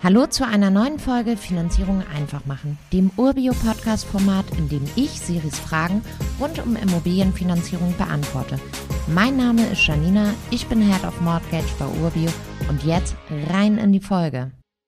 Hallo zu einer neuen Folge Finanzierung einfach machen, dem Urbio-Podcast-Format, in dem ich Siris Fragen rund um Immobilienfinanzierung beantworte. Mein Name ist Janina, ich bin Head of Mortgage bei Urbio und jetzt rein in die Folge.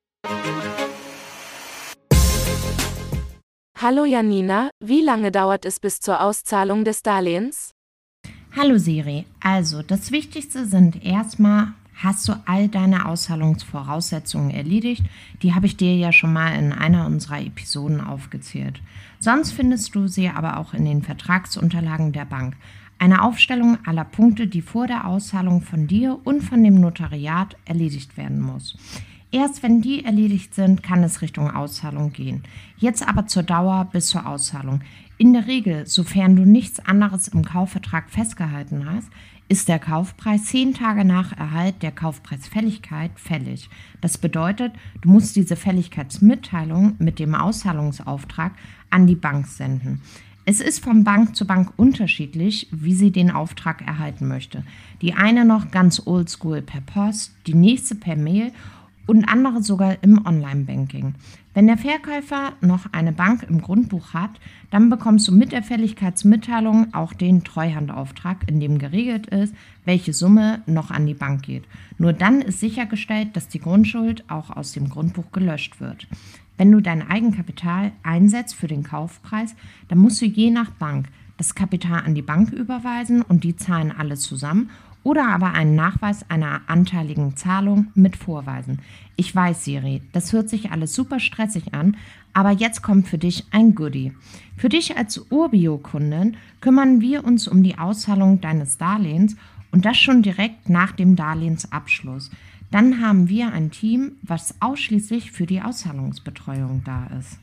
Hallo Janina, wie lange dauert es bis zur Auszahlung des Darlehens? Hallo Siri, also das Wichtigste sind erstmal, hast du all deine Auszahlungsvoraussetzungen erledigt? Die habe ich dir ja schon mal in einer unserer Episoden aufgezählt. Sonst findest du sie aber auch in den Vertragsunterlagen der Bank. Eine Aufstellung aller Punkte, die vor der Auszahlung von dir und von dem Notariat erledigt werden muss. Erst wenn die erledigt sind, kann es Richtung Auszahlung gehen. Jetzt aber zur Dauer bis zur Auszahlung. In der Regel, sofern du nichts anderes im Kaufvertrag festgehalten hast, ist der Kaufpreis 10 Tage nach Erhalt der Kaufpreisfälligkeit fällig. Das bedeutet, du musst diese Fälligkeitsmitteilung mit dem Auszahlungsauftrag an die Bank senden. Es ist von Bank zu Bank unterschiedlich, wie sie den Auftrag erhalten möchte. Die eine noch ganz oldschool per Post, die nächste per Mail und andere sogar im Online-Banking. Wenn der Verkäufer noch eine Bank im Grundbuch hat, dann bekommst du mit der Fälligkeitsmitteilung auch den Treuhandauftrag, in dem geregelt ist, welche Summe noch an die Bank geht. Nur dann ist sichergestellt, dass die Grundschuld auch aus dem Grundbuch gelöscht wird. Wenn du dein Eigenkapital einsetzt für den Kaufpreis, dann musst du je nach Bank das Kapital an die Bank überweisen und die zahlen alles zusammen oder aber einen Nachweis einer anteiligen Zahlung mit vorweisen. Ich weiß, Siri, das hört sich alles super stressig an, aber jetzt kommt für dich ein Goodie. Für dich als Urbio-Kundin kümmern wir uns um die Auszahlung deines Darlehens und das schon direkt nach dem Darlehensabschluss. Dann haben wir ein Team, was ausschließlich für die Auszahlungsbetreuung da ist.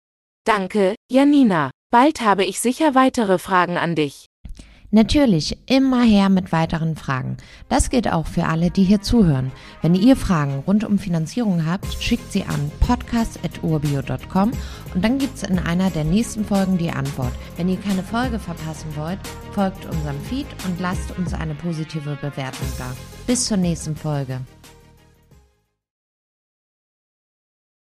Danke, Janina. Bald habe ich sicher weitere Fragen an dich. Natürlich, immer her mit weiteren Fragen. Das gilt auch für alle, die hier zuhören. Wenn ihr Fragen rund um Finanzierung habt, schickt sie an podcast@urbio.com und dann gibt es in einer der nächsten Folgen die Antwort. Wenn ihr keine Folge verpassen wollt, folgt unserem Feed und lasst uns eine positive Bewertung da. Bis zur nächsten Folge.